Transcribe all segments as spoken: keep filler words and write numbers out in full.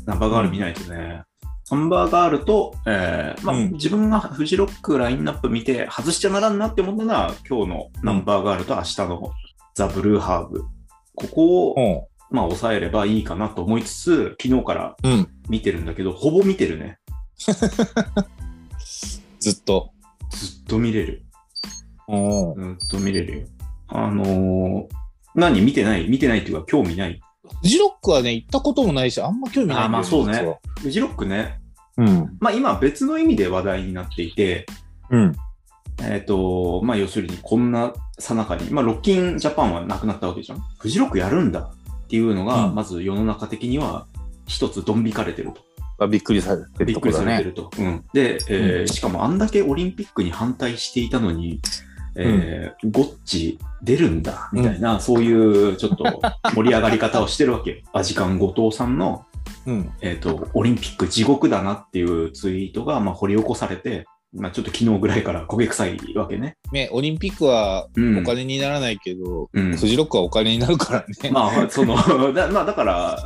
ナンバーガール見ないとね。ナンバーガールと、えーまあうん自分がフジロックラインナップ見て外しちゃならんなって思ったのは今日のナンバーガールと明日のザ・ブルーハーブ。ここを、 ほまあ抑えればいいかなと思いつつ、昨日からう。うん。 見てるんだけど、ほぼ見てるね。 ずっと。 ずっと見れる。 おずっと見れるよ。あのー、何見てない見てないっていうか興味ない。 フジロックはね、行ったこともないし、あんま興味ないんだよね。 あ、まあそう実はね。フジロックね。 うん。 まあ今別の意味で話題になっていて、 うん。 えっ、と、まあ要するにこんなさなかに、まあロッキンジャパンはなくなったわけじゃん。フジロックやるんだっていうのが、 うんまず世の中的には一つドン引かれてると。 あ、びっくりされてびっくりるとこだね。 されてると。うん、で、えーしかもあんだけオリンピックに反対していたのに、えーゴッチ出るんだみたいな、そういうちょっと盛り上がり方をしてるわけよ。アジカン後藤さんの、 うん。 えっ、と、オリンピック地獄だなっていうツイートが、まあ、掘り起こされて、まあ、ちょっと昨日ぐらいから焦げ臭いわけね。 ね、オリンピックはうんお金にならないけど、 うんフジロックはお金になるからね。 まあ、その、だ, まあ、だから、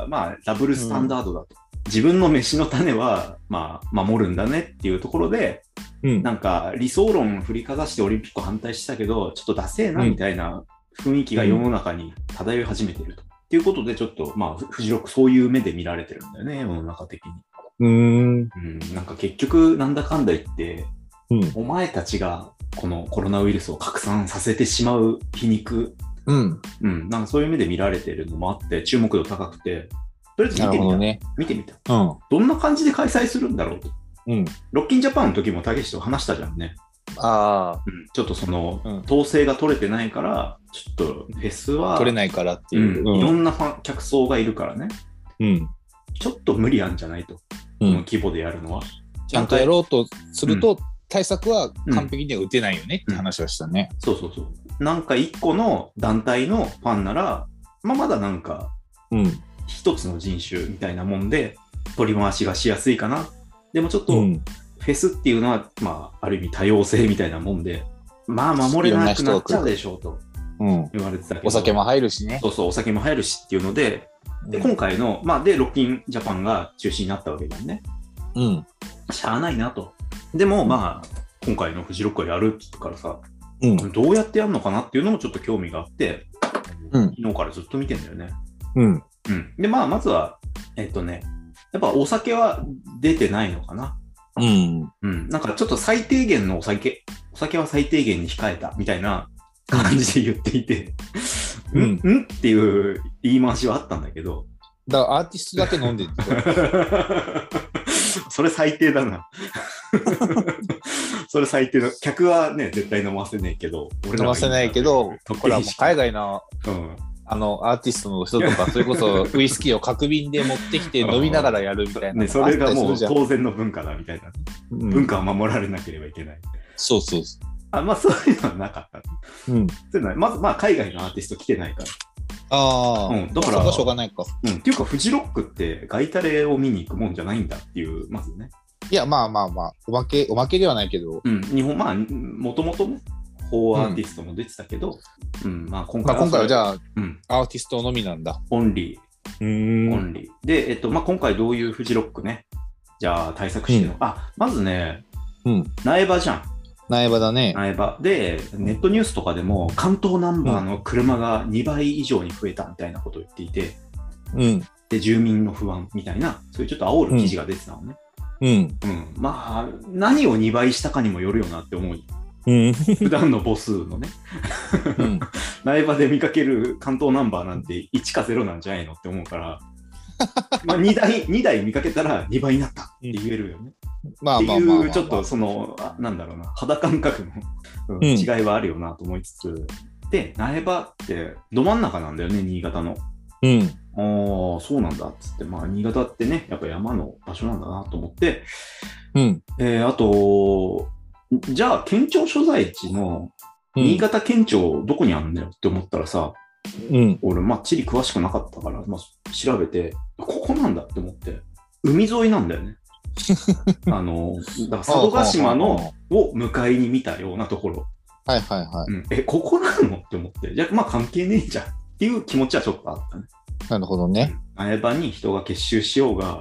まあ、ダブルスタンダードだと。自分の飯の種は、まあ、守るんだねっていうところで、 うん。 なんか理想論振りかざしてオリンピック反対したけど、ちょっとダセーなみたいな雰囲気が世の中に漂い始めてると。っていうことで、ちょっと、まあ、フジロックそういう目で見られてるんだよね、世の中的に。 うーん。 うん、なんか結局、なんだかんだ言って、 うん。 お前たちがこのコロナウイルスを拡散させてしまう皮肉、 うん。 うん、なんかそういう目で見られてるのもあって、注目度高くて、とりあえずな見てみた。 るほどね。 見てみた。 うん。 どんな感じで開催するんだろうと。 うん。 ロッキンジャパンの時もたけしと話したじゃんね。 あうん、ちょっとその、 うん統制が取れてないから、ちょっとフェスは、 あ、取れないからってういう。 ん、いろうん。 んなファン客層がいるからね、 うん。 ちょっと無理なんじゃないと、 うこのん。 規模でやるのは。 ちゃんとやろうとすると、対策は完璧には打てないよねって話はしたね。 そうそうそう。なんか一個の団体のファンなら、まあ、まだなんか、 うん。 一つの人種みたいなもんで、取り回しがしやすいかな。でもちょっと、 うん。 フェスっていうのは、まあ、ある意味多様性みたいなもんで、まあ、守れなくなっちゃうでしょうとうん。 言われてたけど。 お酒も入るしね。 そうそう、お酒も入るしっていうので、で、 うん今回の、まあ、で、ロッキンジャパンが中止になったわけだよね。 うん。 しゃあないなと。でも、まあ、今回のフジロックをやるって言ったからさ、 うん。 どうやってやるのかなっていうのもちょっと興味があって、 うん昨日からずっと見てんだよね。 うん。 うん。で、まあ、まずは、えっとね、やっぱお酒は出てないのかな。 うん。 うん。なんかちょっと最低限のお酒、お酒は最低限に控えたみたいな感じで言っていて、ううんん、うんっていう言い回しはあったんだけど、 だからアーティストだけ飲んでるんですよ。 それ最低だな。それ最低だ。客はね、絶対飲ませねえけど、俺ら飲ませないけど、これはもう海外、 外のうん、 あのアーティストの人とか、それこそウイスキーを角瓶で持ってきて飲みながらやるみたいなね、それがもうあったりするじゃん当然の文化だみたいな。 うん文化を守られなければいけない。 そうそうそあ、まあそういうのはなかった。 う。うん。 そういうのはまず、まあ海外のアーティスト来てないから。 ああ、 うんだからまあそこはしょうがないか。 うん。っていうか、フジロックってガイタレを見に行くもんじゃないんだっていう、まずね。 いや、まあまあまあ、おまけ、おまけではないけど、 うん。日本、まあ、もともとね、邦アーティストも出てたけど、うん、まあ今まあ回あ、 今回はじゃあ、 うん、 アーティストのみなんだ。 オンリうー、オん。 ンリー。で、えっと、まあ今回どういうフジロックね、じゃあ対策してるの、 うあ、まずね、 うん。 苗場じゃん。 苗場だね。 苗場。で、ネットニュースとかでも、関東ナンバーの車がにばい以上に増えたみたいなことを言っていて、 うん。 で、住民の不安みたいな、そういうちょっと煽る記事が出てたのね。 うん。 うん。まあ、何をにばいしたかにもよるよなって思う。 うん。 普段の母数のね。 うん。 苗場で見かける関東ナンバーなんていちかゼロなんじゃないのって思うから、まあにだい、にだい見かけたらにばいになったって言えるよね。 まあってまあまあまあまあ。 いう、ちょっとその、あなんだろうな、肌感覚の、うんうん違いはあるよなと思いつつ、で、苗場ってど真ん中なんだよね、新潟の。 うん。 ああ、そうなんだっつって、まあ、新潟ってね、やっぱ山の場所なんだなと思って、 うん。 えー、あと、じゃあ、県庁所在地の新潟県庁どこにあるんだよって思ったらさ、 うん。 俺、まあ、地理詳しくなかったから、まあ、調べて、ここなんだって思って、海沿いなんだよね。あの、だから佐渡島のを向かいに見たようなところ。 はいはいはい。 うん、え、ここなのって思って、じゃあ、まあ、関係ねえじゃんっていう気持ちはちょっとあったね。 なるほどね。 苗場に人が結集しようが、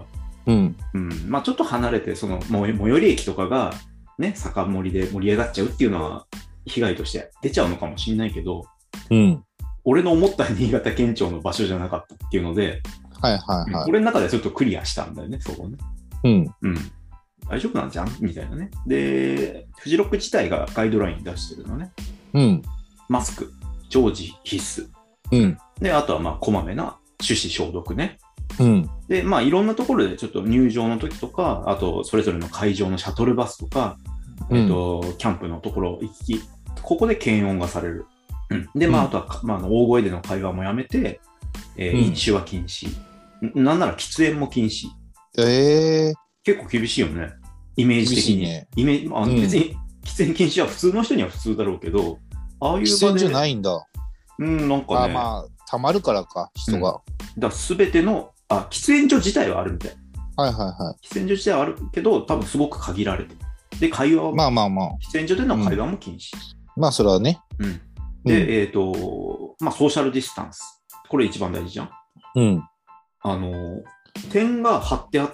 うん。 うん。まあちょっと離れて、その、も最寄り駅とかが、ね、酒盛りで盛り上がっちゃうっていうのは、被害として出ちゃうのかもしれないけど、 うん。 俺の思った新潟県庁の場所じゃなかったっていうので、 はいはいはい。 俺の中ではちょっとクリアしたんだよね、そこね。 うん。 うん。大丈夫なんじゃんみたいなね。で、フジロック自体がガイドライン出してるのね。 うん。 マスク、常時必須。 うん。 で、あとはまあ、こまめな手指消毒ね。 うん。 で、まあ、いろんなところでちょっと入場の時とか、あと、それぞれの会場のシャトルバスとか、 うん、 えっと、キャンプのところ行き、ここで検温がされる。うん、で、まあ、あとは、まあ、大声での会話もやめて、えー、飲酒は禁止。なんなら喫煙も禁止。 ええー。 結構厳しいよね。イメージ的に。ね、イメージ、まあ、別に喫煙禁止は普通の人には普通だろうけど、ああいう場で。 喫煙じゃないんだ。 うん、なんかね。 あ、まあ、たまるからか、人が。 うん、だすべての、あ、喫煙所自体はあるみたい。 はいはいはい。 喫煙所自体はあるけど、多分すごく限られてる。で、会話は、 まあまあまあ。 喫煙所での会話も禁止。 うん、まあ、それはね。 うん。で、うん、えっ、ー、と、まあ、ソーシャルディスタンス。これ一番大事じゃん。 うん。 あの、点が貼ってあって、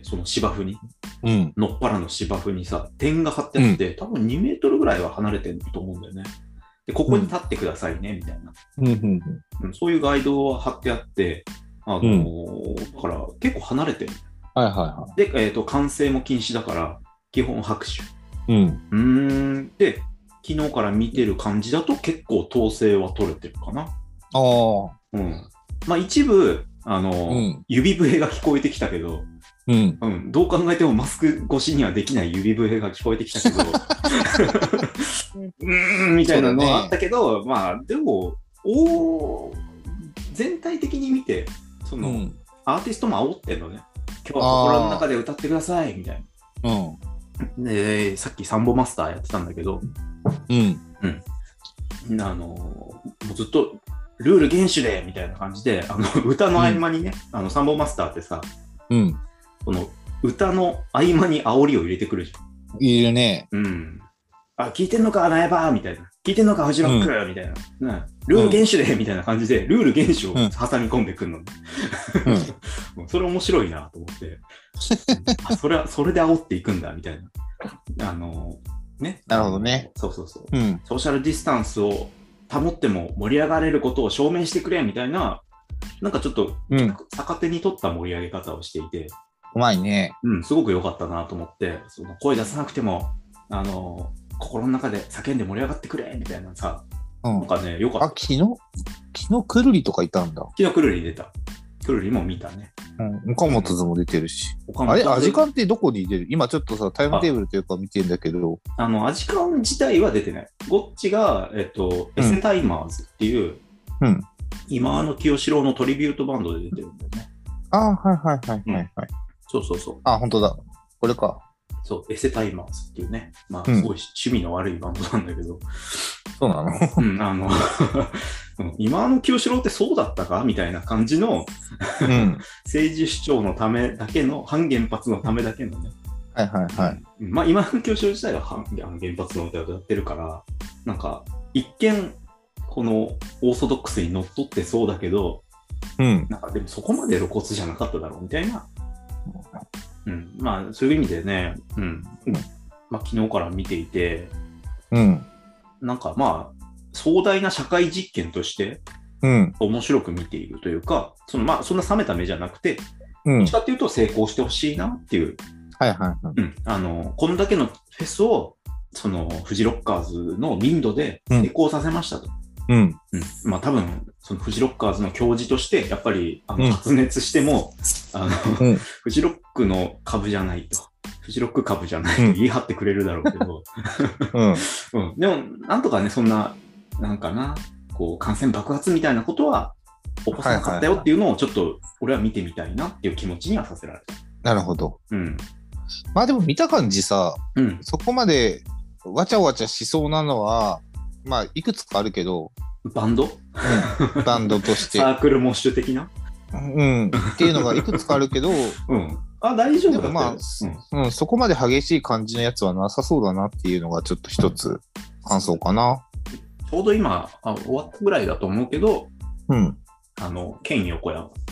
その芝生に。 うん。 のっぱらの芝生にさ、点が貼ってあって、うん、多分にメートルぐらいは離れてると思うんだよね。で、ここに立ってくださいね、うん、みたいな、 うんうんうん。そういうガイドは貼ってあって、あのーうん、だから結構離れてる。 はいはいはい。 で、えっ、ー、と、歓声も禁止だから、基本拍手。 うん。 うーん。で、昨日から見てる感じだと結構統制は取れてるかな。 ああ。 うん。まあ一部、あのーうん、指笛が聞こえてきたけど、 うんうん、どう考えてもマスク越しにはできない指笛が聞こえてきたけど、うーんみたいなのはあったけど、ね、まあでもお全体的に見てその、うん、アーティストも煽ってんのね。今日は心の中で歌ってくださいみたいな。 うん。でさっきサンボマスターやってたんだけど、 うんうん、あのもうずっとルール厳守でみたいな感じであの歌の合間にね、うん、あのサンボマスターってさ。 うんこの歌の合間に煽りを入れてくるじゃん。 いるね。 うん。あ、聞いてんのか、苗場みたいな。聞いてんのか、フジロック、うん、みたいな。なルール厳守で、みたいな感じで、ルール厳守を挟み込んでくるの、うん。それ面白いなと思って。あ、それは、それで煽っていくんだ、みたいな。あの、ね。 なるほどね。 そうそうそう。 うん、 ソーシャルディスタンスを保っても盛り上がれることを証明してくれ、みたいな、なんかちょっと、うん、逆手に取った盛り上げ方をしていて。 うまいね。 うん、すごく良かったなと思って、その声出さなくても、あの、心の中で叫んで盛り上がってくれみたいなさ、うん、なんかね、良かった。 あ、昨日昨日くるりとかいたんだ。 昨日くるり出た。くるりも見たね。 うん、岡本図も出てるし。うん、あれ、アジカンってどこに出る？今ちょっとさ、タイムテーブルというか見てるんだけど。 あの、アジカン自体は出てない。ゴッチが、えっと、エセタイマーズっていう、 うん、 今の清志郎のトリビュートバンドで出てるんだよね。 ああ、はいはいはいはい、はい。うんそうそうそう。 あ、本当だ。これか。 そう、エセタイマーズっていうね。まあ、すごい趣味の悪いバンドなんだけど。うん、 そうなのうん、あの、今の清志郎ってそうだったかみたいな感じの、うん、政治主張のためだけの、反原発のためだけのね。 はいはいはい。 うん、まあ、今の清志郎自体は反原発の歌を歌ってるから、なんか、一見、このオーソドックスにのっとってそうだけど、 うん、 なんかでもそこまで露骨じゃなかっただろうみたいな。うん、まあそういう意味でね、うん、まあ昨日から見ていて、 うん、 なんかまあ壮大な社会実験として面白く見ているというか、そのまあそんな冷めた目じゃなくて、 うん、 どっちかっていうと成功してほしいなっていう、 はいはいはい、 うん、あのこんだけのフェスをそのフジロッカーズの民度で成功させましたと。 うんうんうん、まあ多分そのフジロッカーズの教授としてやっぱりあの発熱しても、うん、あの、うん、フジロックの株じゃないとフジロック株じゃないと言い張ってくれるだろうけど、 うんうん、でもなんとかねそんななんかなこう感染爆発みたいなことは起こさなかったよっていうのをちょっと俺は見てみたいなっていう気持ちにはさせられた。 なるほど。 うん、 まあでも見た感じさ、 うん、 そこまでわちゃわちゃしそうなのはまあいくつかあるけど。 バンド、 うん、バンドとしてサークルモッシュ的な、 うん、っていうのがいくつかあるけど、 うん、あ大丈夫だでもまあ、うんうん、そこまで激しい感じのやつはなさそうだなっていうのがちょっと一つ感想かな。 ちょうど今あ終わったぐらいだと思うけど、 うん、 あの県横山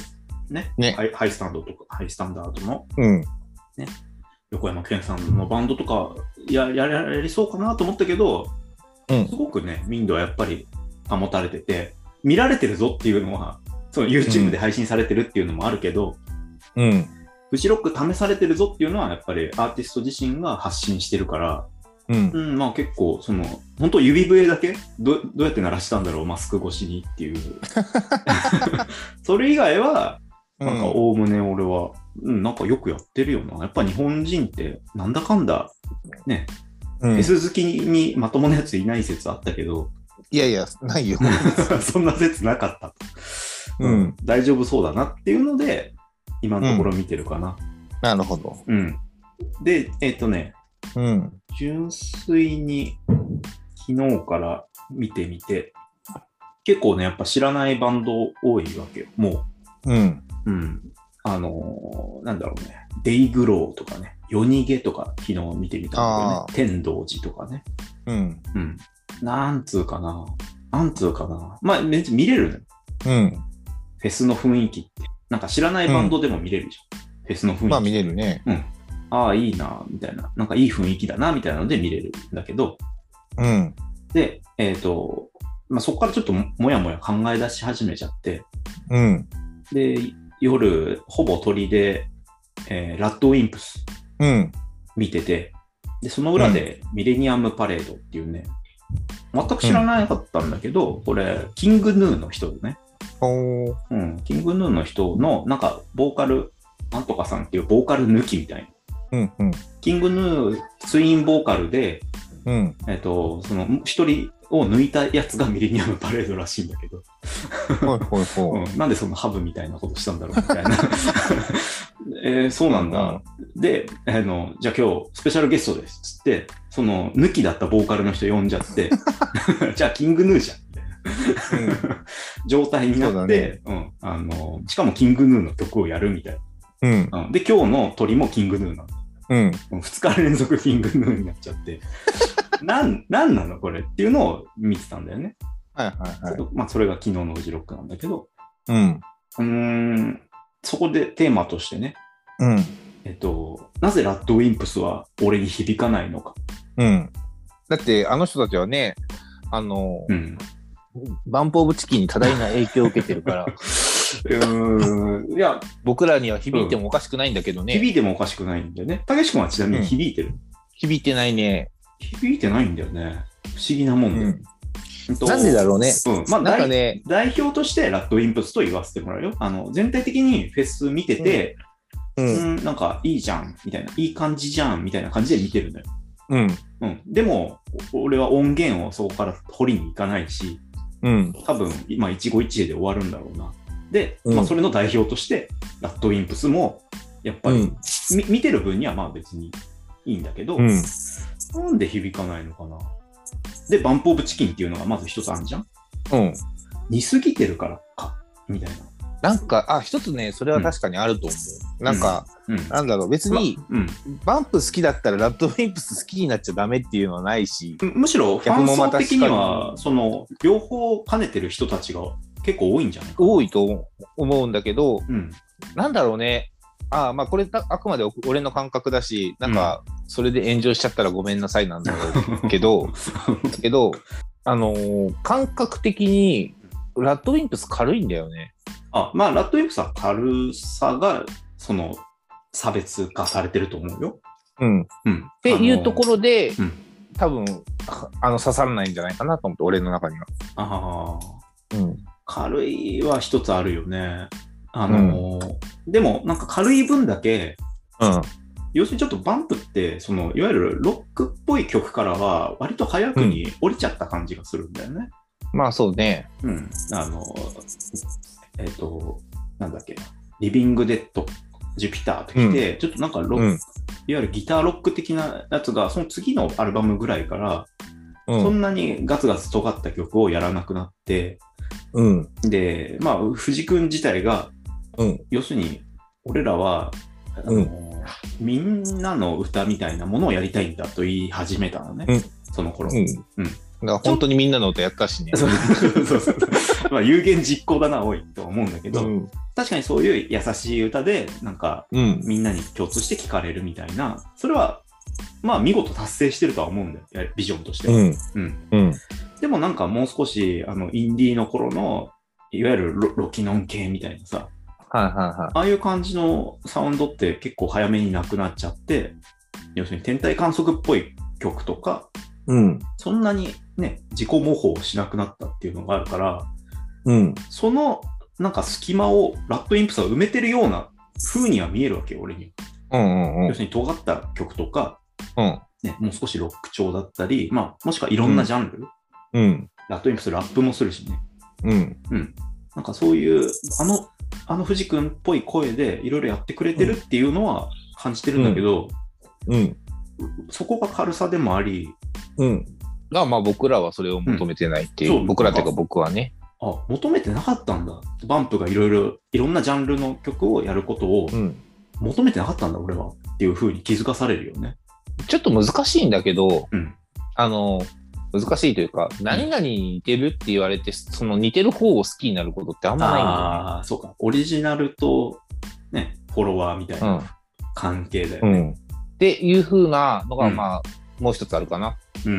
ね、 ねハイ、ハイスタンドとか、ハイスタンダードの、 うん。 ね、横山健さんのバンドとかや、やられそうかなと思ったけど、 うんすごくね、民度はやっぱり保たれてて、見られてるぞっていうのは、その YouTube で配信されてるっていうのもあるけど、 うん。 フジロック試されてるぞっていうのは、やっぱりアーティスト自身が発信してるから、 うんう。ん、まあ結構、その、本当指笛だけど、どうやって鳴らしたんだろう、マスク越しにっていう。それ以外は、なんか、おおむね俺は、うん、なんかよくやってるよな。やっぱ日本人って、なんだかんだ、ね、 うん、 フェス好きにまともなやついない説あったけど、 いやいや、ないよ。 そんな説なかったと、 うん。 大丈夫そうだなっていうので、今のところ見てるかな。 なるほど。 うん。で、えっとね、 うん。 純粋に昨日から見てみて、結構ね、やっぱ知らないバンド多いわけよ、もう。うん。 う。うん。あのー、なんだろうね、デイグローとかね、夜逃げとか昨日見てみたんだよね。天童寺とかね。 うん。 うん。なんつうかな。なんつうかな。まあ、めっちゃ見れるのよ。 うん。 フェスの雰囲気って。なんか知らないバンドでも見れるじゃん。うん、フェスの雰囲気。 まあ見れるね。 うん。ああ、いいな、みたいな。なんかいい雰囲気だな、みたいなので見れるんだけど。 うん。 で、えっと、まあ、そこからちょっともやもや考え出し始めちゃって。 うん。 で、夜、ほぼ鳥で、えー、ラッドウィンプス見てて、で、その裏でミレニアムパレードっていうね、全く知らなかったんだけど、うん、これ、キングヌーの人でね。 おうん、キングヌーの人の、なんか、ボーカル、なんとかさんっていうボーカル抜きみたいな。 うんうん、 キングヌー、ツインボーカルで、 うん、 えっと、その、一人を抜いたやつがミレニアムパレードらしいんだけど。 ほいほいほい、 うん、なんでそのハブみたいなことしたんだろうみたいな。えー、そうなんだ。うん、で、あの、じゃあ今日スペシャルゲストですっつって、その抜きだったボーカルの人呼んじゃって、じゃあキングヌーじゃんみたいな、うん、状態になって、ね、うん、あの、しかもキングヌーの曲をやるみたいな。うんうん、で、今日の鳥もキングヌーなの。うん、ふつか連続キングヌーになっちゃって、なん、なんなのこれっていうのを見てたんだよね。 はいはいはい。 まあ、それが昨日のフジロックなんだけど、 うん。 うーん、そこでテーマとしてね、 うん。 えっと、なぜラッドウィンプスは俺に響かないのか。 うん。だって、あの人たちはね、あの、うん、バンプオブチキンに多大な影響を受けてるから、うーん、いや、 僕らには響いてもおかしくないんだけどね。 響いてもおかしくないんだよね。たけし君はちなみに響いてる、うん、 響いてないね。 響いてないんだよね。不思議なもんだよ。うんなんでだろうね。 うん。まあ、なんかね、代表としてラッドウィンプスと言わせてもらうよ。あの、全体的にフェス見てて、うん、うん、なんかいいじゃん、みたいな、いい感じじゃん、みたいな感じで見てるんだよ。 うん。 うん。でも、俺は音源をそこから掘りに行かないし、 うん。 多分、まあ、一期一会で終わるんだろうな。で、まあ、それの代表として、ラッドウィンプスも、やっぱり、うん、見てる分にはまあ別にいいんだけど、うん、なんで響かないのかな。で、バンプオブチキンっていうのがまず一つあるじゃん。 うん。 似すぎてるからか、みたいな。なんか、あ、一つね、それは確かにあると思う。うん、なんか、うん、なんだろう、別に、うん、バンプ好きだったらラッドウィンプス好きになっちゃダメっていうのはないし。 むしろ、ファン層的には、その、両方兼ねてる人たちが結構多いんじゃないかな。 多いと思うんだけど、 うん、 なんだろうね。ああ、まあこれあくまで俺の感覚だし、なんかそれで炎上しちゃったらごめんなさいなんだろうけど、だけど、あのー、感覚的にラッドウィンプス軽いんだよね。 あ、まあラッドウィンプスは軽さがその差別化されてると思うよ。 うん。うん、っていうところで、うん、多分あの刺さらないんじゃないかなと思って、俺の中には。 ああ。 うん。 軽いは一つあるよね。あのーうん、でもなんか軽い分だけ、 うん、 要するにちょっとバンプってそのいわゆるロックっぽい曲からは割と早くに降りちゃった感じがするんだよね。 うん、まあそうね。 うん。あのえっ、ー、となんだっけ、リビングデッドジュピターときて、うん、ちょっとなんかロック、うん、いわゆるギターロック的なやつがその次のアルバムぐらいから、うん、そんなにガツガツ尖った曲をやらなくなって、 うん、 でまあ藤君自体がうん、 要するに俺らはあの、うん、みんなの歌みたいなものをやりたいんだと言い始めたのね、 うん、 その頃、 うんうん、 だから本当にみんなの歌やったしね。 そうそうそう。まあ有言実行だな、おいとは思うんだけど、うん、確かにそういう優しい歌で、なんか、うん、みんなに共通して聴かれるみたいな、それは、まあ見事達成してるとは思うんだよ、ビジョンとしては。うんうんうん、でもなんかもう少し、あの、インディーの頃の、いわゆる ロ, ロキノン系みたいなさ、 はいはいはい、 ああいう感じのサウンドって結構早めになくなっちゃって、要するに天体観測っぽい曲とか、うん、そんなにね、自己模倣しなくなったっていうのがあるから、うん、そのなんか隙間をラッドインプスが埋めてるような風には見えるわけよ、俺に。うんうんうん、要するに尖った曲とか、うんね、もう少しロック調だったり、まあ、もしくはいろんなジャンル、うん、ラッドインプスラップもするしね。うんうん、なんかそういう、あの、あの藤君っぽい声でいろいろやってくれてるっていうのは感じてるんだけど、うんうん、そこが軽さでもあり、 うん。が、まあ僕らはそれを求めてないっていう、うん、僕らっていうか僕はね。 あ、求めてなかったんだ。バンプがいろいろ、いろんなジャンルの曲をやることを求めてなかったんだ、俺は。っていう風に気づかされるよね。 ちょっと難しいんだけど、うん、あの、難しいというか、何々に似てるって言われて、その似てる方を好きになることってあんまないんだよね。ああ、そうか。オリジナルと、ね、フォロワーみたいな関係だよね。うんうん、 っていう風なのが、まあ、うん、もう一つあるかな。うん、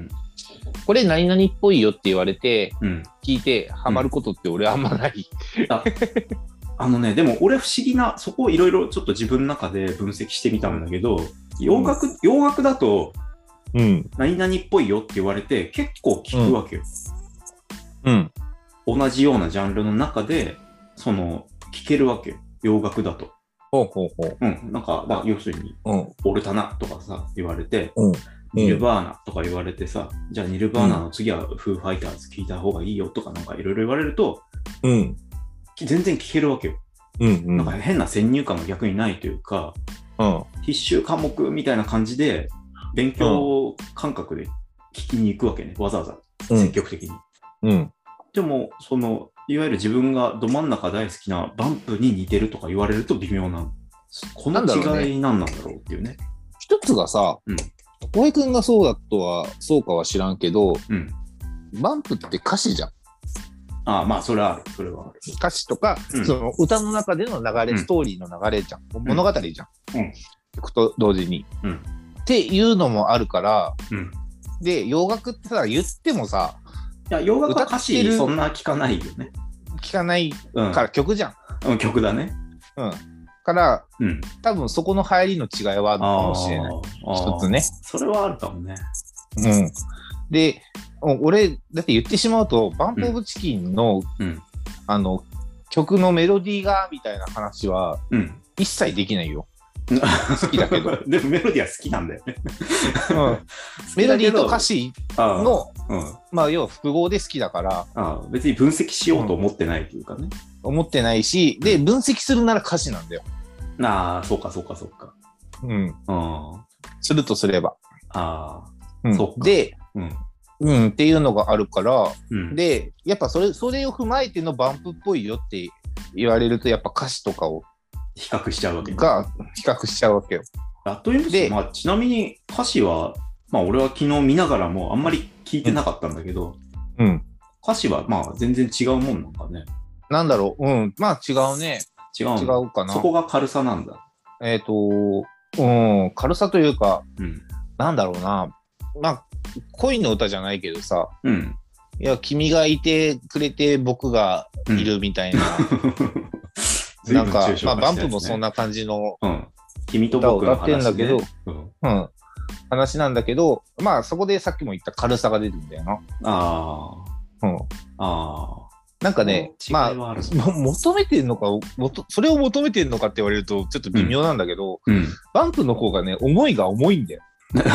これ何々っぽいよって言われて、うん、聞いてハマることって俺あんまない。うん、 あ, あのね、でも俺不思議な、そこをいろいろちょっと自分の中で分析してみたんだけど、洋楽、うん、洋楽だと、うん、何々っぽいよって言われて結構聞くわけよ。うん。同じようなジャンルの中で、その、聞けるわけよ。洋楽だと。 ほうほうほう。 うん。なんか、だ要するに、うん、オルタナとかさ、言われて、うん、ニルバーナとか言われてさ、うん、じゃあニルバーナの次はフーファイターズ聞いた方がいいよとかなんかいろいろ言われると、うん。全然聞けるわけよ。うん、うん。なんか変な先入観が逆にないというか、うん。必修科目みたいな感じで、勉強感覚で聞きに行くわけね、わざわざ積極的に、うんうん、でもそのいわゆる自分がど真ん中大好きなバンプに似てるとか言われると微妙な、この違い何なんだろうっていうね。 一つがさ、小平君がそうだとはそうかは知らんけど、うん、バンプって歌詞じゃん。 ああ、まあそれはある、それはある。 歌詞とか、うん、その歌の中での流れ、うん、ストーリーの流れじゃん、うん、物語じゃん、うん、曲と同時に、うん、っていうのもあるから、うん、で洋楽ってさ言ってもさ、 いや洋楽は歌詞そんな聞かないよね。 聞かないから曲じゃん、 うんうん、曲だね。 うん。から、うん、多分そこの流行りの違いはあるかもしれない。一つね。 それはあるかもね。 うん。で、俺だって言ってしまうとバンプオブチキンの、うん、あの曲のメロディーがみたいな話は、うん、一切できないよ。好きだけどでもメロディーは好きなんだよね、 うん、メロディーと歌詞のうん、まあ要は複合で好きだから、 ああ別に分析しようと思ってないというかね、 うん、思ってないし、で分析するなら歌詞なんだよ。 ああそうかそうかそうか、うん、 うん、するとすれば、 ああ、 うん、そうかで、うんうん、っていうのがあるから、うん、でやっぱそれそれを踏まえてのバンプっぽいよって言われるとやっぱ歌詞とかを比較しちゃうわけ、ね、 が比較しちゃうわけよ。 ラッドインプス、まあ、ちなみに歌詞は、まあ、俺は昨日見ながらもあんまり聞いてなかったんだけど、うん、歌詞はまあ全然違うもんなんかね。 なんだろう、うん、まあ違うね。 違う違うかな。 そこが軽さなんだ。 えっと、うん、軽さというか、うん、なんだろうな、まあ恋の歌じゃないけどさ、うん、いや君がいてくれて僕がいるみたいな。うんなんか、ね、まあ、バンプもそんな感じの歌を歌ってんだけど、うんうん、話なんだけど、まあそこでさっきも言った軽さが出るんだよな。ああ、うん、あなんかね、まあ求めてんのかもと、それを求めてんのかって言われるとちょっと微妙なんだけど、うんうん、バンプの方がね思いが重いんだよ。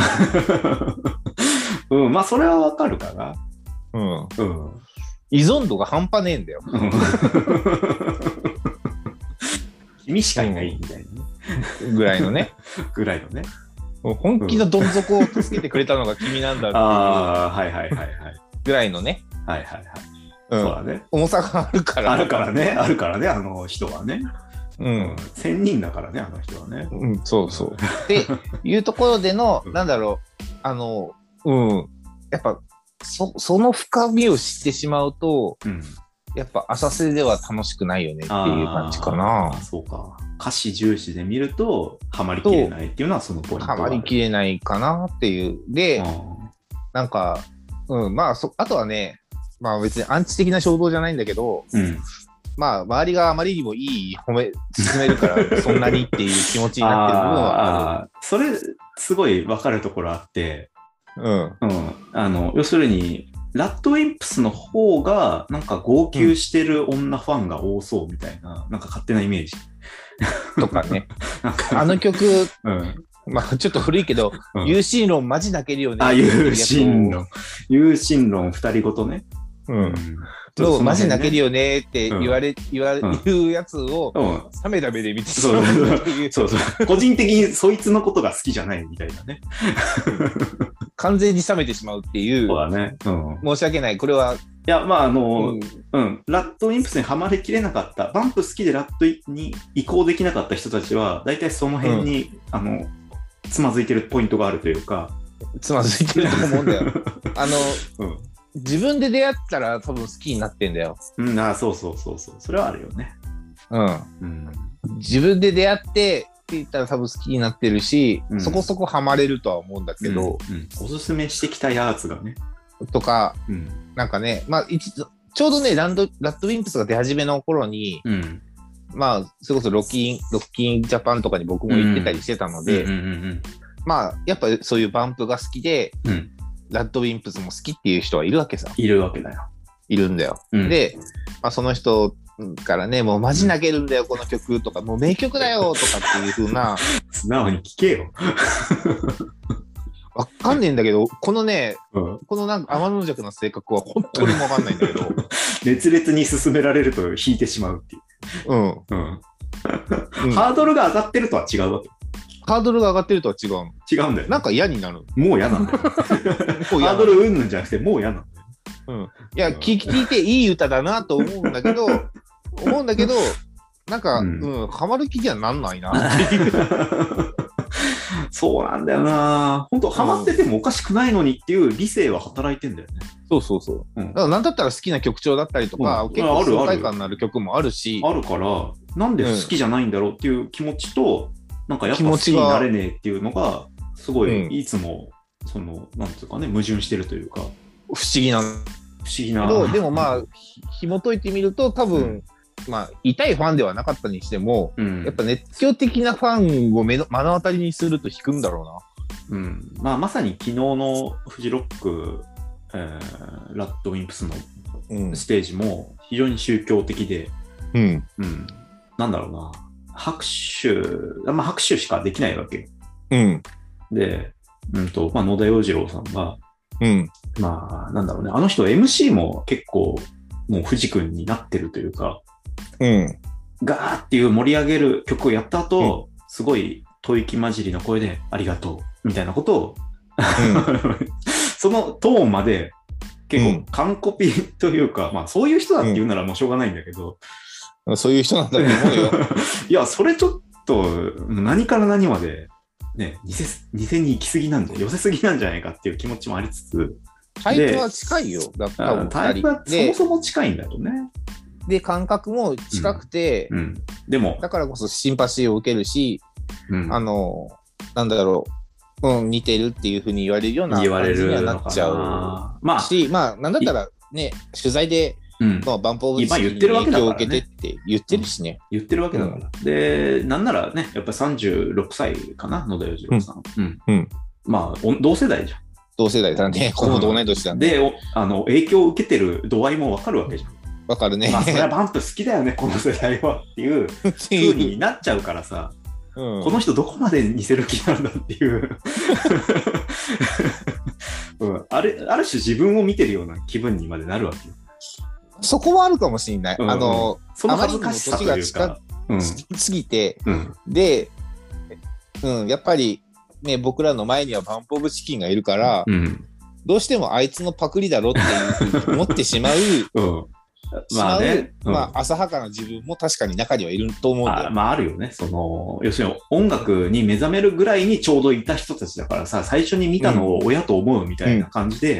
うん、まあそれはわかるかな。 うん、うん、依存度が半端ねえんだよ。うん君しかいないみたいなね、 うん、ぐらいのねぐらいのね本気のどん底を助けてくれたのが君なんだっていう、 ああはいはいはいはいぐらいのねはいはいはい、 うん、そうだね重さがあるからあるからねあるからねあの人はねうん、仙人だからねあの人はね、 うん、そうそうっていうところでの、うん、なんだろうあのうんやっぱそ、その深みを知ってしまうと、 うん、 やっぱ浅瀬では楽しくないよねっていう感じかな。 そうか。歌詞重視で見ると、ハマりきれないっていうのはそのポイント。 ハマりきれないかなっていう。で、なんか、うん、まあそ、あとはね、まあ別にアンチ的な衝動じゃないんだけど、 うん、 まあ、周りがあまりにもいい褒め、進めるから、そんなにっていう気持ちになってる部分はある。 あそれ、すごい分かるところあって、 うん。 うん。あの、要するに、ラッドウィンプスの方が、なんか号泣してる女ファンが多そうみたいな、うん、なんか勝手なイメージ。 とかね。 なんかあの曲、うん、まあちょっと古いけど、うん、有心論マジ泣けるよね。 あ、有心論。有心論二人ごとね。 うん。そう、マジ泣けるよねって言われ、うん、言われ、言うやつを、冷めた目で見てしまう。 そうそう。個人的にそいつのことが好きじゃないみたいなね。 完全に冷めてしまうっていう。 そうだね。うん、 申し訳ない。これは。 いや、まあ、あの、うん、うん。ラッドウィンプスにはまりきれなかった、バンプ好きでラッドに移行できなかった人たちは、大体その辺に、うん、あの、つまずいてるポイントがあるというか。 つまずいてると思うんだよ。あの、うん自分で出会ったら多分好きになってんだよ。 うん、あそうそうそうそう。それはあるよね。 うん。うん、自分で出会ってって言ったら多分好きになってるし、うん、そこそこハマれるとは思うんだけど。うんうん、 おすすめしてきたやつがね。 とか、うん、なんかね、まあ一、ちょうどね、ランド、ラッドウィンプスが出始めの頃に、うん、まあ、それこそロッキー、ロッキージャパンとかに僕も行ってたりしてたので、まあ、やっぱそういうバンプが好きで、うんラッドウィンプスも好きっていう人はいるわけさ。 いるわけだよ。 いるんだよ。うん、で、まあ、その人からね、もうマジ泣けるんだよ、この曲とか、もう名曲だよとかっていう風な。 素直に聞けよ。 わかんねえんだけど、このね、うん、このなんか天の弱な性格は本当にわかんないんだけど。 熱烈に進められると引いてしまうっていう。うん。うん、ハードルが上がってるとは違うわけ。 ハードルが上がってるとは違うの。 違うんだよ、ね。 なんか嫌になる。 もう嫌なんだよ。ハードルうんぬんじゃなくて、もう嫌なんだよ。 うん。いや、聞いていい歌だなと思うんだけど、思うんだけど、なんか、うん、うん、ハマる気にはなんないなっていう。 そうなんだよな。本当ハマっててもおかしくないのにっていう理性は働いてんだよね。 そうそうそう。うん、だからなんだったら好きな曲調だったりとか、うん、結構爽快感のある曲もあるし。 あるから、なんで好きじゃないんだろうっていう気持ちと、なんかやっぱ好きになれねえっていうのが、すごい、いつも、その、なんていうかね、矛盾してるというか。 不思議な。不思議な。 でもまあ、紐解いてみると、多分、うん、まあ、痛いファンではなかったにしても、うん、やっぱ熱狂的なファンを目の目の当たりにすると引くんだろうな。うん。まあ、まさに昨日のフジロック、えー、ラッドウィンプスのステージも非常に宗教的で、うん。うん。なんだろうな。拍手、まあ、拍手しかできないわけ。うん。で、うんと、まあ、野田洋次郎さんが、うん。まあ、なんだろうね。あの人 エムシー も結構、もう藤君になってるというか、うん。ガーっていう盛り上げる曲をやった後、うん、すごい吐息混じりの声で、ありがとう、みたいなことを、うん、そのトーンまで、結構完コピというか、うん、まあ、そういう人だって言うならもうしょうがないんだけど、 うん、そういう人なんだと思うよ。 いや、それちょっと、何から何まで、ね、偽、偽に行き過ぎなんじゃ、寄せすぎなんじゃないかっていう気持ちもありつつ。 タイプは近いよ。だったらタイプはそもそも近いんだとね。 で、感覚も近くて、うんうん、 でも、 だからこそシンパシーを受けるし、うん、あの、なんだろう、うん、似てるっていうふうに言われるような感じにはなっちゃう。まあ、し、まあ、なんだったらね、取材で、うん、まあ、バンプオブチキンに影響を受けてって言ってるしね。 言ってるわけだから。うん、で、なんならね、やっぱりさんじゅうろくさいかな、野田洋次郎さん。うん。うん、まあ、同世代じゃん。 同世代だね。ほぼ同年年だね。 で、あの、影響を受けてる度合いもわかるわけじゃん。 わかるね。 まあ、それはバンプ好きだよね、この世代はっていう風になっちゃうからさ、うん、この人どこまで似せる気なんだっていう、うん、ある、ある種自分を見てるような気分にまでなるわけよ。 そこもあるかもしれない。うん、あの、 その恥ずかしさというか、 うん、すぎて、うん、で、うん、やっぱりね、僕らの前にはバンプオブチキンがいるから、うん、どうしてもあいつのパクリだろっていうふうに思ってしまう、うんまあね、うん、まあ浅はかな自分も確かに中にはいると思うんだよ。 あまああるよね。その、要するに音楽に目覚めるぐらいにちょうどいた人たちだからさ、最初に見たのを親と思うみたいな感じで、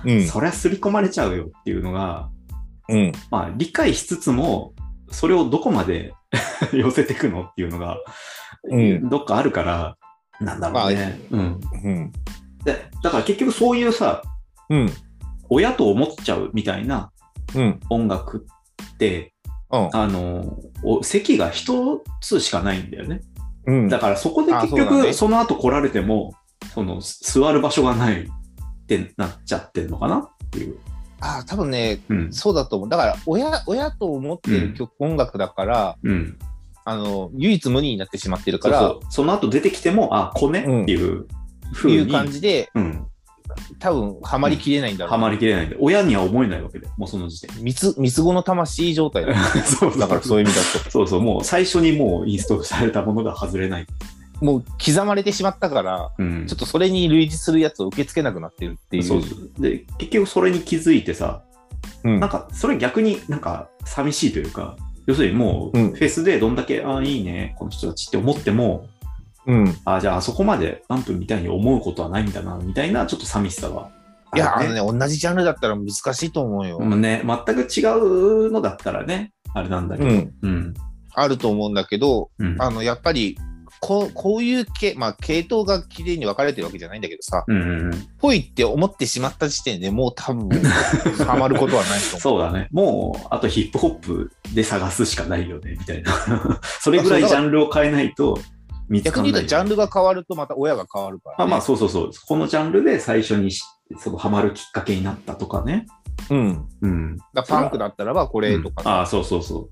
うん、 そりゃ刷り込まれちゃうよっていうのが、 うん、 まあ理解しつつも、それをどこまで寄せていくのっていうのが、うん、どっかあるから、なんだろうね。まあ、うん。うん。で、だから結局そういうさ、 うん、 親と思っちゃうみたいな音楽って、うん、あの、席が一つしかないんだよね。うん、だからそこで結局、ね、その後来られても、その座る場所がないってなっちゃってるのかなっていう。 ああ、多分ね、うん、そうだと思う。だから親、親と思ってる曲、うん、音楽だから、うん、あの、唯一無二になってしまってるから、 そうそう、その後出てきても、あ、子ねっていう風に、 うん、いう感じで、うん、多分、ハマりきれないんだろう、 うん。ハマりきれないんで、親には思えないわけで、もうその時点。 三つ、三つ子の魂状態だ。そうそうだからそういう意味だと。 そうそう、もう最初にもうインストールされたものが外れない。 もう刻まれてしまったから、うん、ちょっとそれに類似するやつを受け付けなくなってるっていう。 そうそう。で、結局それに気づいてさ、うん、なんか、それ逆になんか寂しいというか、要するにもう、フェスでどんだけ、うん、ああ、いいね、この人たちって思っても、うん、ああ、じゃああそこまで何分みたいに思うことはないんだな、みたいなちょっと寂しさは、ね。 いや、あのね、同じジャンルだったら難しいと思うよ。 もうね、全く違うのだったらね、あれなんだけど。うん。うん、 あると思うんだけど、うん、あの、やっぱり、こう、こういう系、まあ、系統が綺麗に分かれてるわけじゃないんだけどさ、うんうんうん、ぽいって思ってしまった時点でもう多分、ハマることはないと思う。 そうだね。もう、あとヒップホップで探すしかないよね、みたいな。それぐらいジャンルを変えないと見つかんない。 逆に言うと、ジャンルが変わるとまた親が変わるから、ね。 あ、まあ、そうそうそう。このジャンルで最初にそのハマるきっかけになったとかね。 うん。うん。だパンクだったらばこれとか、 うん、ああ、そうそうそう。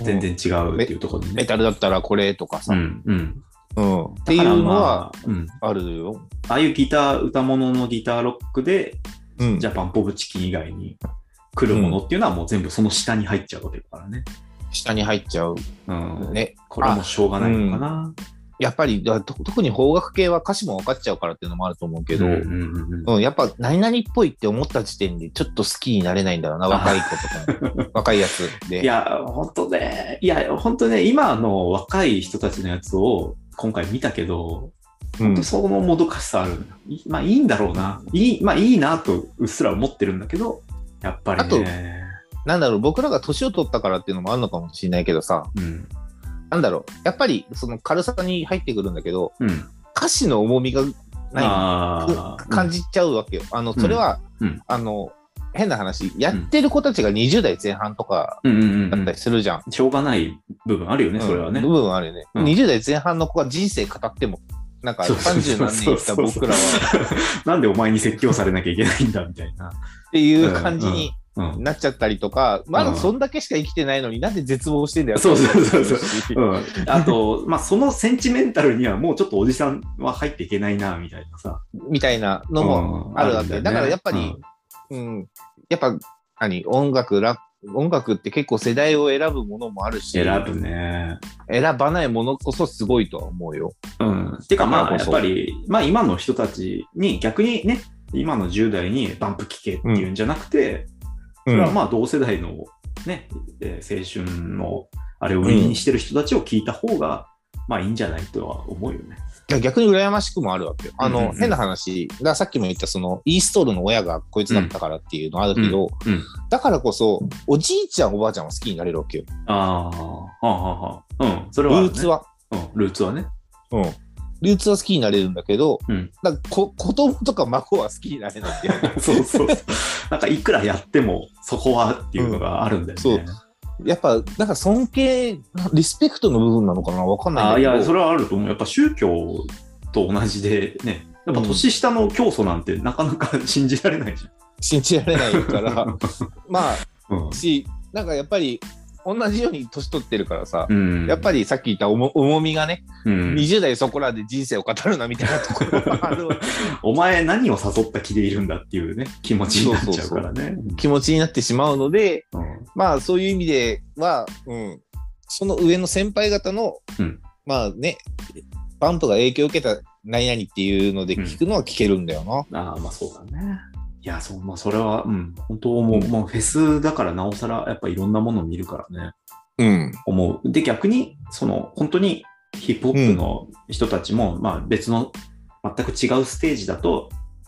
全然違うっていうところでね、 うんメ。メタルだったらこれとかさ。うん。うんうん、っていうのはあるよ、まあうん。ああいうギター、歌物のギターロックで、うん、ジャパンポブチキン以外に来るものっていうのはもう全部その下に入っちゃうわけだからね。 下に入っちゃう。うん、 ね。これはもうしょうがないのかな。うん、 やっぱり特に邦楽系は歌詞も分かっちゃうからっていうのもあると思うけど、うんうんうんうん、やっぱ何々っぽいって思った時点でちょっと好きになれないんだろうな、若い子とか、若いやつで。 いや、本当ね、いや、本当ね、今の若い人たちのやつを、今回見たけど、本当そのもどかしさある、うん。まあいいんだろうな。いい、まあいいなとうっすら思ってるんだけど、やっぱりね。 あと、なんだろう、僕らが年を取ったからっていうのもあるのかもしれないけどさ、うん、なんだろう、やっぱりその軽さに入ってくるんだけど、うん、歌詞の重みがない感じちゃうわけよ。あの、それは、うん、あの、変な話、やってる子たちがにじゅう代前半とかだったりするじゃん。うんうんうん、 しょうがない部分あるよね、それはね。 部分あるよね、うん。にじゅう代前半の子が人生語っても、なんかさんじゅう何年生きた僕らは。 なんでお前に説教されなきゃいけないんだ、みたいな。 っていう感じになっちゃったりとか、うんうん、まだそんだけしか生きてないのになんで絶望してんだよ。 そうそうそうそう。うん、あと、まあ、そのセンチメンタルにはもうちょっとおじさんは入っていけないな、みたいなさ。 みたいなのもあるわけ、うんだね。だからやっぱり、うんうん、やっぱ何音楽ラップ音楽って結構世代を選ぶものもあるし選ぶね選ばないものこそすごいとは思うよ。 うん。てかまあやっぱりまあ今の人たちに逆にね今のじゅう代にバンプ聴けっていうんじゃなくて、うん、それはまあ同世代のね、うん、青春のあれを売りにしてる人たちを聞いた方が、うん、まあいいんじゃないとは思うよね。 逆に羨ましくもあるわけよ。あの、うんうんうん、変な話がさっきも言ったそのイーストールの親がこいつだったからっていうのあるけど、うんうん、だからこそおじいちゃんおばあちゃんは好きになれるわけよ。 ああ、はあはあ、うん、それは、ね、 ルーツは、 うん、ルーツはね、 うん、ルーツは好きになれるんだけど、うん、だからこ子供とか孫は好きになれないってそうそうそう。なんかいくらやってもそこはっていうのがあるんだよね。うん、そうやっぱ、なんか尊敬、リスペクトの部分なのかなわかんないんだけど。 あ、いや、それはあると思う。やっぱ宗教と同じでね、やっぱ年下の教祖なんてなかなか信じられないじゃん。 信じられないから、まあ、うん、し、なんかやっぱり、同じように年取ってるからさ、うん、やっぱりさっき言った重重みがね、うん、にじゅう代そこらで人生を語るなみたいなところがあるわけ。 お前何を誘った気でいるんだっていうね、気持ちになっちゃうからね。そうそうそう気持ちになってしまうので、うん、まあそういう意味では、うん、その上の先輩方の、うん、まあね、バンプが影響を受けた何々っていうので聞くのは聞けるんだよな。 うん、ああ、まあそうだね。いや、そう、まあ、それは、うん、本当思う。うん、もうフェスだからなおさら、やっぱいろんなものを見るからね。うん。思う。で、逆に、その、本当にヒップホップの人たちも、うん、まあ別の、全く違うステージだと、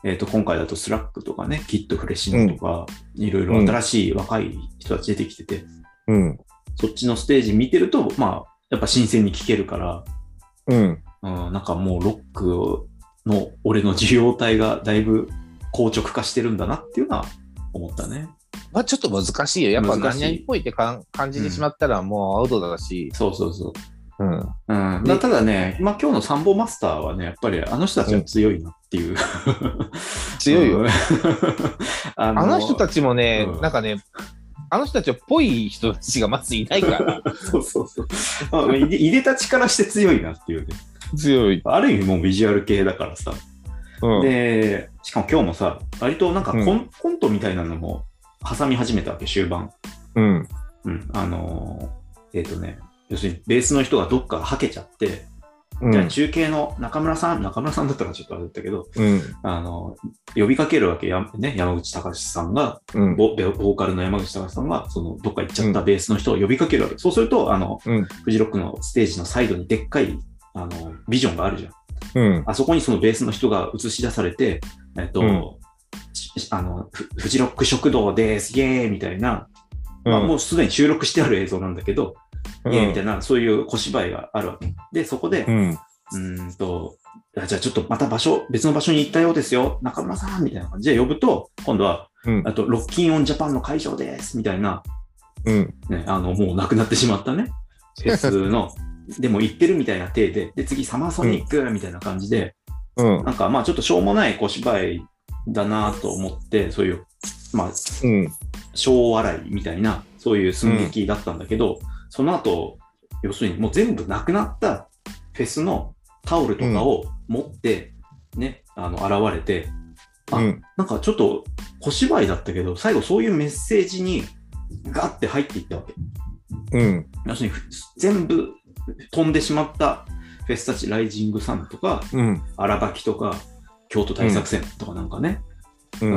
えっと、今回だとスラックとかね、キッドフレッシュノとか、いろいろ新しい若い人たち出てきてて、 うん。 そっちのステージ見てると、まあ、やっぱ新鮮に聴けるから、 うん。 うん、なんかもうロックの俺の受容体がだいぶ硬直化してるんだなっていうのは思ったね。 まあちょっと難しいよ。やっぱ難しい何々っぽいってか感じてしまったらもうアウトだし。 そうそうそう。 うん。 うん、だただね、まあ、今日のサンボマスターはね、やっぱりあの人たちは強いなっていう。 強いよ。 うんあのあの人たちもね、 うんなんかね、あの人たちはっぽい人たちがまずいないから。 そうそうそう。あ入れ入れた力して強いなっていうね。 強い。 ある意味もうビジュアル系だからさ。 うん、 で、しかも今日もさ、割となんかコン,、 うん、 コントみたいなのも挟み始めたわけ、終盤。 うん。 うん。あのー、えっ、とね、要するにベースの人がどっかはけちゃって、 うん、 じゃあ中継の中村さん、中村さんだったかちょっとあれだったけど、 うん、 あの、呼びかけるわけや、ね、山口隆さんが、 うん、 ボ、ボーカルの山口隆さんが、その、どっか行っちゃったベースの人を呼びかけるわけ。そうすると、あの、 うん、 フジロックのステージのサイドにでっかい、あの、ビジョンがあるじゃん。 うん。 あそこにそのベースの人が映し出されて、えっと、 うんあの、フフジロック食堂です、イエーイみたいな、まあ、 うんもうすでに収録してある映像なんだけど、 うんイエーイみたいな、そういう小芝居があるわけ。で、そこで、 うん、 うーんと、あじゃあちょっとまた場所、別の場所に行ったようですよ。中村さんみたいな感じで呼ぶと、今度は、 うん、 あと、ロッキンオンジャパンの会場ですみたいな、 うん、 ね、あの、もう亡くなってしまったね、フェスの、でも行ってるみたいな体で、で、次サマーソニックみたいな感じで、 うん、 なんかまあちょっとしょうもない小芝居だなと思って、そういう、まあ、 うん、 小笑いみたいな、そういう寸劇だったんだけど、うん、その後、要するにもう全部なくなったフェスのタオルとかを持ってね、うん、あの、現れて、あ、うん、なんかちょっと小芝居だったけど、最後そういうメッセージにガッて入っていったわけ。 うん。 要するに全部飛んでしまったフェスたち、ライジングサンとか、荒垣とか、京都大作戦とかなんかね、うん、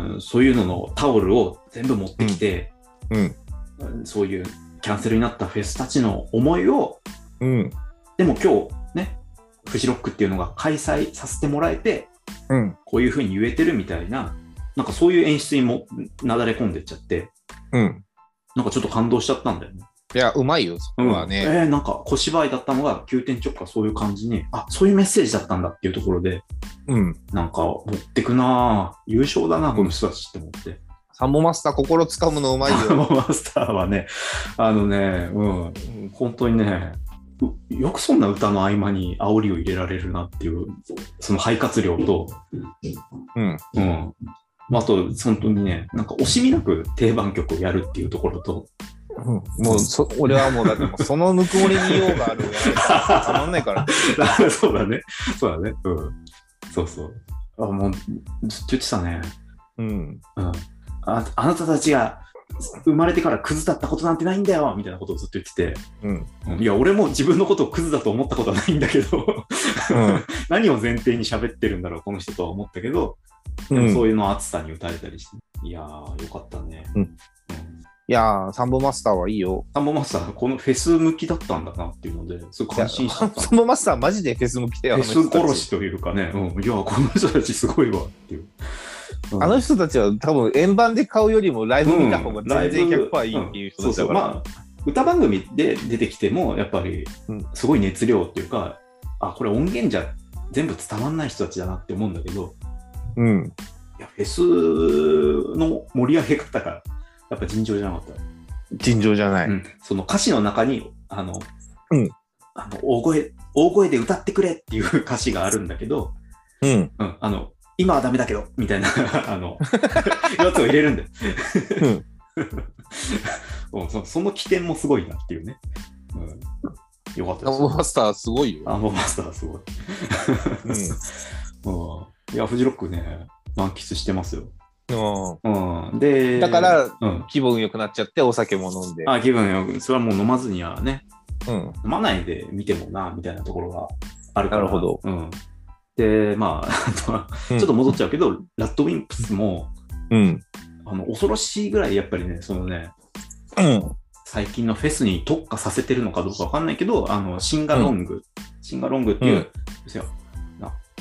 うんそういうののタオルを全部持ってきて、 うんうん、そういうキャンセルになったフェスたちの思いを、 うん、 でも今日ね、フジロックっていうのが開催させてもらえて、 うん、 こういう風に言えてるみたいな、なんかそういう演出にもなだれ込んでっちゃって、 うん、 なんかちょっと感動しちゃったんだよね。 いや、うまいよ、そこはね。 うん、えー、なんか小芝居だったのが急転直下そういう感じに、あ、そういうメッセージだったんだっていうところで、 うん、 なんか持ってくなぁ、優勝だな、この人たちって思って。 サンボマスター心掴むのうまいよ。 サンボマスターはね、あのね、うん、本当にね、よくそんな歌の合間に煽りを入れられるなっていう、その肺活量と、 うん。 うん。あと、本当にね、なんか惜しみなく定番曲をやるっていうところと、 うん、もうそ、俺はもう、だってもうそのぬくもりに用があるから、たまんないから。 そうだね。そうだね。うん。そうそう。あ、もう、ずっと言ってたね。 うん。 うん。あ、あなたたちが生まれてからクズだったことなんてないんだよみたいなことをずっと言ってて。 うん。 いや、俺も自分のことをクズだと思ったことはないんだけど、うん、何を前提に喋ってるんだろう、この人とは思ったけど、でもそういうの熱さに打たれたりして、いやー、よかったね。 うん。うん、いやー、サンボマスターはいいよ。 サンボマスター、このフェス向きだったんだなっていうので、すごい感心しちゃった。 サンボマスターマジでフェス向きだよ。 フェス殺しというかね、うん、いや、この人たちすごいわっていう。 うん、あの人たちは多分円盤で買うよりもライブ見た方が全然 ひゃくパーセント いいっていう人たちだから。 うん、そうそう、まあ、歌番組で出てきても、やっぱりすごい熱量っていうか、あ、これ音源じゃ全部伝わんない人たちだなって思うんだけど、 うん。 いや、フェスの盛り上げ方がやっぱ尋常じゃなかった。 尋常じゃない。 うん、その歌詞の中に、あの、 うん、 あの大声、大声で歌ってくれっていう歌詞があるんだけど、 うん。 うん、あの、今はダメだけど、みたいな、あの、やつを入れるんだよ。うん、そ, その起点もすごいなっていうね。うん、よかったです。 サンボマスターすごいよ。 サンボマスターすごい。うんうん、いや、フジロックね、満喫してますよ。 うんうん、で、 だから、 うん、 気分良くなっちゃってお酒も飲んで。 あ、気分よく、それはもう飲まずにはね、 うん、 飲まないで見てもな、みたいなところがあるから。 なるほど。 うん、で、まあ、ちょっと戻っちゃうけど、うん、ラッドウィンプスも、 うん、 あの恐ろしいぐらいやっぱりね、そのね、 うん、 最近のフェスに特化させてるのかどうかわかんないけど、あのシンガロング、うん、シンガロングっていう、うん、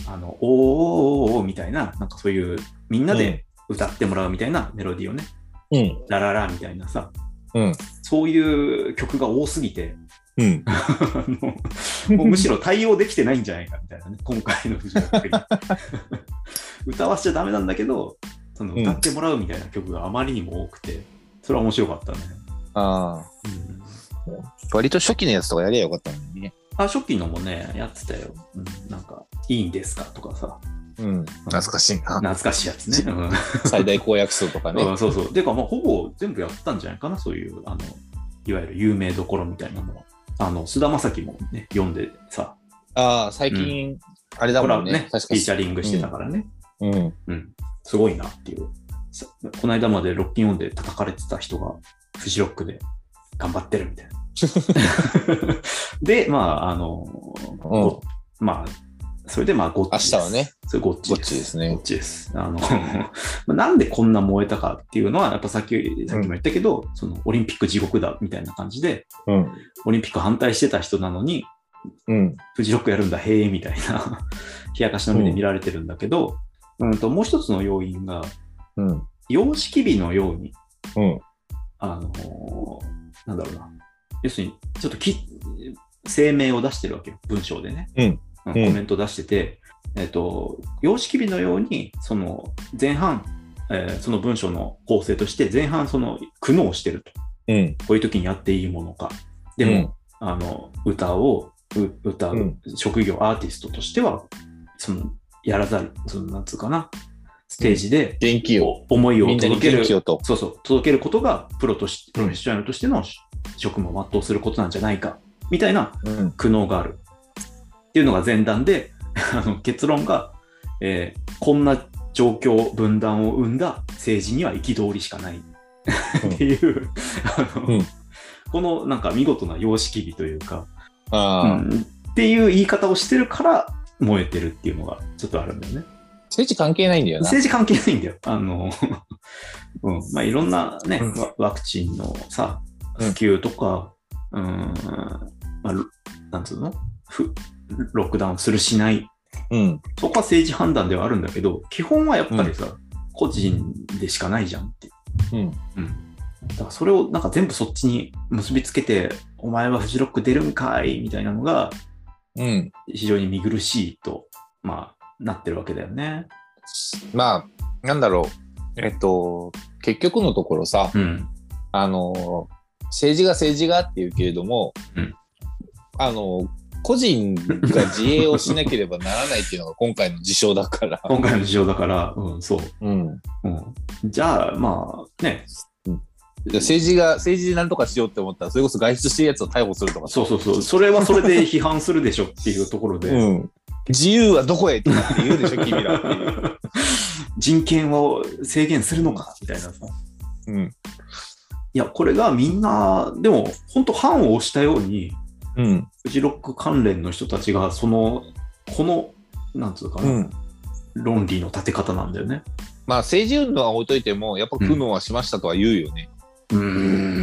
あの、おーおーおーみたいな、なんかそういう、みんなで歌ってもらうみたいなメロディーをね、 うん。 ラララみたいなさ、 うん。 そういう曲が多すぎて、 うん。 あのもうむしろ対応できてないんじゃないかみたいなね、今回のフジロックに。歌わしちゃダメなんだけど、その歌ってもらうみたいな曲があまりにも多くて、それは面白かったね。 ああ、うん。割と初期のやつとかやりゃよかったのにね。 あ、初期のもね、やってたよ。うん、なんか、いいんですかとかさ。 うん。懐かしいな。 懐かしいやつね。うん、 最大公約数とかね。 うん、そうそう。てか、まあ、ほぼ全部やったんじゃないかな、そういう、あの、いわゆる有名どころみたいなのは。あの、菅田将暉もね、読んでさ。 ああ、最近、うん、あれだもんね。 ね、確かフィーチャリングしてたからね。 うん。うん。 うん、すごいなっていう。この間までロッキンオンで叩かれてた人が、フジロックで頑張ってるみたいな。で、まあ、あの、うん、まあ、それでまあ、ゴッチです。 明日はね。 それゴッチです。 ゴッチですね。 ゴッチです。あの、なんでこんな燃えたかっていうのは、やっぱさっき、さっきも言ったけど、うん、そのオリンピック地獄だみたいな感じで、うん、オリンピック反対してた人なのに、うん、フジロックやるんだ、へえ、みたいな、冷やかしの目で見られてるんだけど、うん、うんともう一つの要因が、うん、様式美のように、うん、あのー、なんだろうな。要するに、ちょっとき声明を出してるわけよ、文章でね。うんうん、コメント出してて、えっと、様式美のように、その前半、えー、その文章の構成として、前半、その苦悩してると。うん、こういう時にやっていいものか。でも、うん、あの、歌を、歌う、うん、職業アーティストとしては、その、やらざる、その、なんつうかな。ステージで元気を思いを届ける、 とそうそう、届けることがプロとし、プロフェッショナルとしての職務を全うすることなんじゃないか、みたいな苦悩がある。っていうのが前段で、あの結論が、えー、こんな状況、分断を生んだ政治には憤りしかないっていう、うん、あの、うん、このなんか見事な様式美というか、あ、うん、っていう言い方をしてるから燃えてるっていうのがちょっとあるんだよね。 政治関係ないんだよな。 政治関係ないんだよ。あの、うん、まあいろんなね、うん、ワクチンのさ、普及とか、うん、うんまあ、なんつうのふロックダウンするしない、うん、そこは政治判断ではあるんだけど、基本はやっぱりさ、うん、個人でしかないじゃんって。うん。うん。だからそれをなんか全部そっちに結びつけて、お前はフジロック出るんかいみたいなのが、うん、非常に見苦しいと、まあ、なってるわけだよね。 まあ、なんだろう。えっと、結局のところさ、うん、あの、政治が政治がって言うけれども、うん、あの、個人が自衛をしなければならないっていうのが今回の事象だから。 今回の事象だから、うん、そう。うん。うん、じゃあ、まあ、ね。 うん、政治が、政治で何とかしようって思ったら、それこそ外出してるやつを逮捕するとか。 そうそうそう。それはそれで批判するでしょっていうところで。うん。 自由はどこへって言うでしょ、君らっていう。 人権を制限するのかみたいなさ。うん。いや、これがみんな、でも、本当範を押したように、うん、フジロック関連の人たちが、その、この、なんつうかな、うん、論理の立て方なんだよね。 まあ、政治運動は置いといても、やっぱ苦悩はしましたとは言うよね。 うん。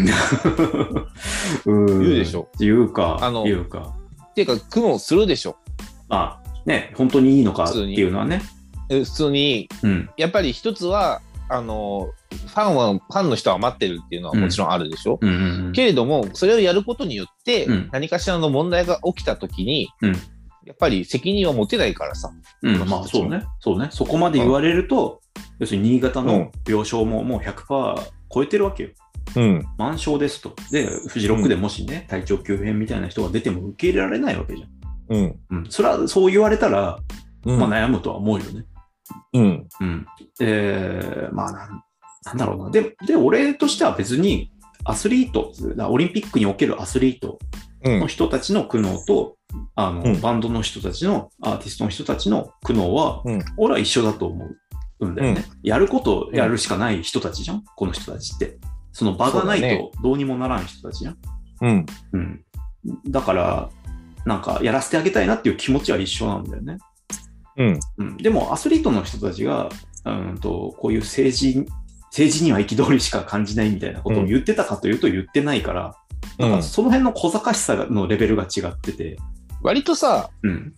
うーん言うでしょ。 言うか、あの言うか。 っていうか、苦悩するでしょ。 まあ、ね、本当にいいのかっていうのはね。 普通に、うん、やっぱり一つは、あの、ファンは、ファンの人は待ってるっていうのはもちろんあるでしょ、うんうんうん、けれども、それをやることによって、うん、何かしらの問題が起きたときに、うん、やっぱり責任は持てないからさ。 うん、まあそうね。そうね。そこまで言われると、うん、要するに新潟の病床ももう ひゃくパーセント 超えてるわけよ。うん。満床ですと。で、フジロックでもしね、体調急変みたいな人が出ても受け入れられないわけじゃん。うん。うん。それはそう言われたら、うん、まあ悩むとは思うよね。うん。うん。えー、まあなんなんだろうな。で、で、俺としては別にアスリート、オリンピックにおけるアスリートの人たちの苦悩と、うん、あの、うん、バンドの人たちの、アーティストの人たちの苦悩は、うん、俺は一緒だと思うんだよね。うん、やることやるしかない人たちじゃん、この人たちって。その場がないとどうにもならん人たちじゃん。うん。うん。だから、なんかやらせてあげたいなっていう気持ちは一緒なんだよね。うん。うん、でもアスリートの人たちが、うんと、こういう政治、政治には憤りしか感じないみたいなことを言ってたかというと言ってないから、うん、なんかその辺の小賢しさのレベルが違ってて。 割とさ、うん、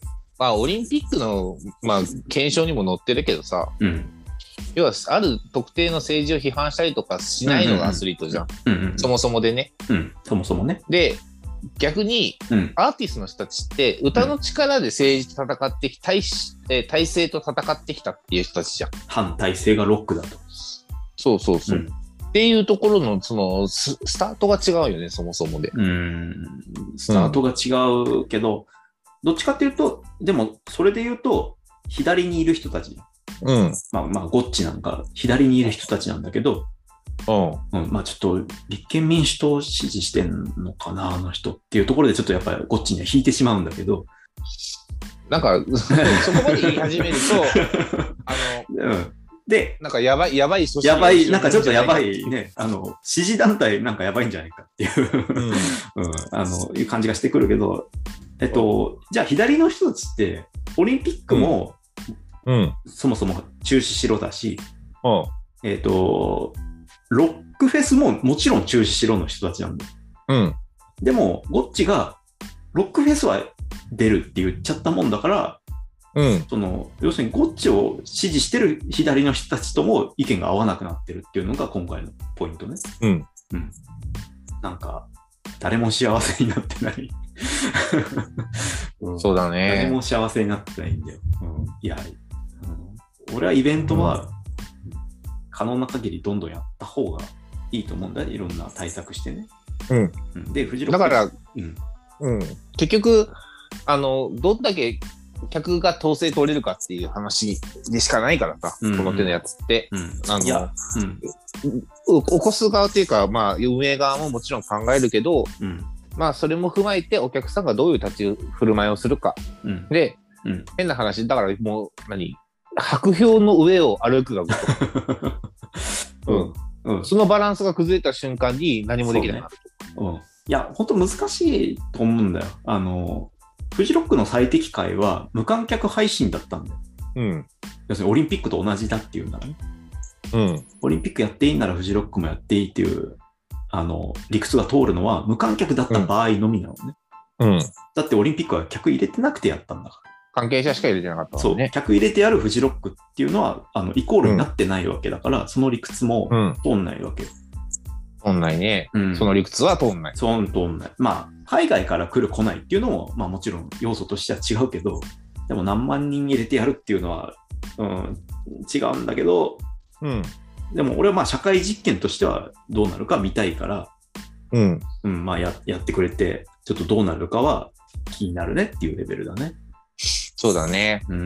まあオリンピックの、まあ、検証にも載ってるけどさ、 うん、 要はある特定の政治を批判したりとかしないのがアスリートじゃん、 うんうんうん、 そもそもでね、 うん、そもそもね。 で逆に、うん、アーティストの人たちって歌の力で政治と戦ってき、体体制と戦ってきたっていう人たちじゃん。 反体制がロックだと。 そうそうそう、うん、っていうところのその ス, スタートが違うよね、そもそもで。 うーん、スタートが違うけど、うん、どっちかっていうと、でもそれで言うと左にいる人たち、 うん、 まあまあゴッチなんか左にいる人たちなんだけど、 うんうん、まあちょっと立憲民主党を支持してんのかなあの人っていうところでちょっとやっぱりゴッチには引いてしまうんだけど、 なんかそこまで言い始めるとあの、 うん、でなんかやばいやばい組織やばいなんかちょっとやばいね、あの支持団体なんかやばいんじゃないかっていう、うんうん、あのいう感じがしてくるけど、えっとじゃあ左の人たちってオリンピックも、 うんうん、 そもそも中止しろだし、 うん、 えっとロックフェスももちろん中止しろの人たちなんだよ。 うん。 でも、ゴッチがロックフェスは出るって言っちゃったもんだから、 うん。 その、要するにゴッチを支持してる左の人たちとも意見が合わなくなってるっていうのが今回のポイントね。 うん。 うん。なんか、誰も幸せになってない。 うん、そうだね。 誰も幸せになってないんだよ。うん、いや、うん、俺はイベントは、うん可能な限りどんどんやった方がいいと思うんだよね。いろんな対策してね。 うん。 で、フジロックだから、 うんうん、結局あのどんだけ客が統制取れるかっていう話でしかないからさ、うんうん、この手のやつって、うん、あのいや、うん、起こす側っていうか、まあ運営側ももちろん考えるけど、うん、まあそれも踏まえてお客さんがどういう立ち振る舞いをするか、うん、で、うん、変な話だからもう何白氷の上を歩くがごとく、うんうん、そのバランスが崩れた瞬間に何もできなくなると、 ねうん、いや本当難しいと思うんだよ。あのフジロックの最適解は無観客配信だったんだよ、うん、要するにオリンピックと同じだっていうんだね、うん、オリンピックやっていいならフジロックもやっていいっていうあの理屈が通るのは無観客だった場合のみなのね、うん、だってオリンピックは客入れてなくてやったんだから関係者しか入れてなかったもんね。 そう、客入れてあるフジロックっていうのは、あの、イコールになってないわけだから、うん、その理屈も通んないわけよ。 通んないね、うん。その理屈は通んない。 そう、通んない。まあ、海外から来る来ないっていうのも、まあもちろん要素としては違うけど、でも何万人入れてやるっていうのは、うん、違うんだけど、うん、でも俺はまあ社会実験としてはどうなるか見たいから、うん、うん、まあ や, やってくれて、ちょっとどうなるかは気になるねっていうレベルだね。 そうだね。 うん。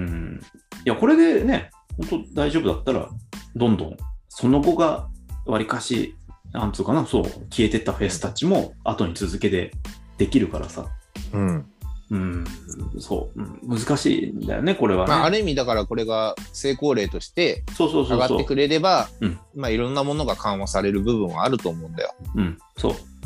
いや、これでね、本当大丈夫だったら、どんどん、その後が、わりかし、なんつうかな、そう、消えてったフェスたちも、後に続けてできるからさ。うん。うん、そう、うん、難しいんだよね、これはね。 まあ、ある意味、だからこれが成功例として、上がってくれれば、まあ、いろんなものが緩和される部分はあると思うんだよ。 うん、そう。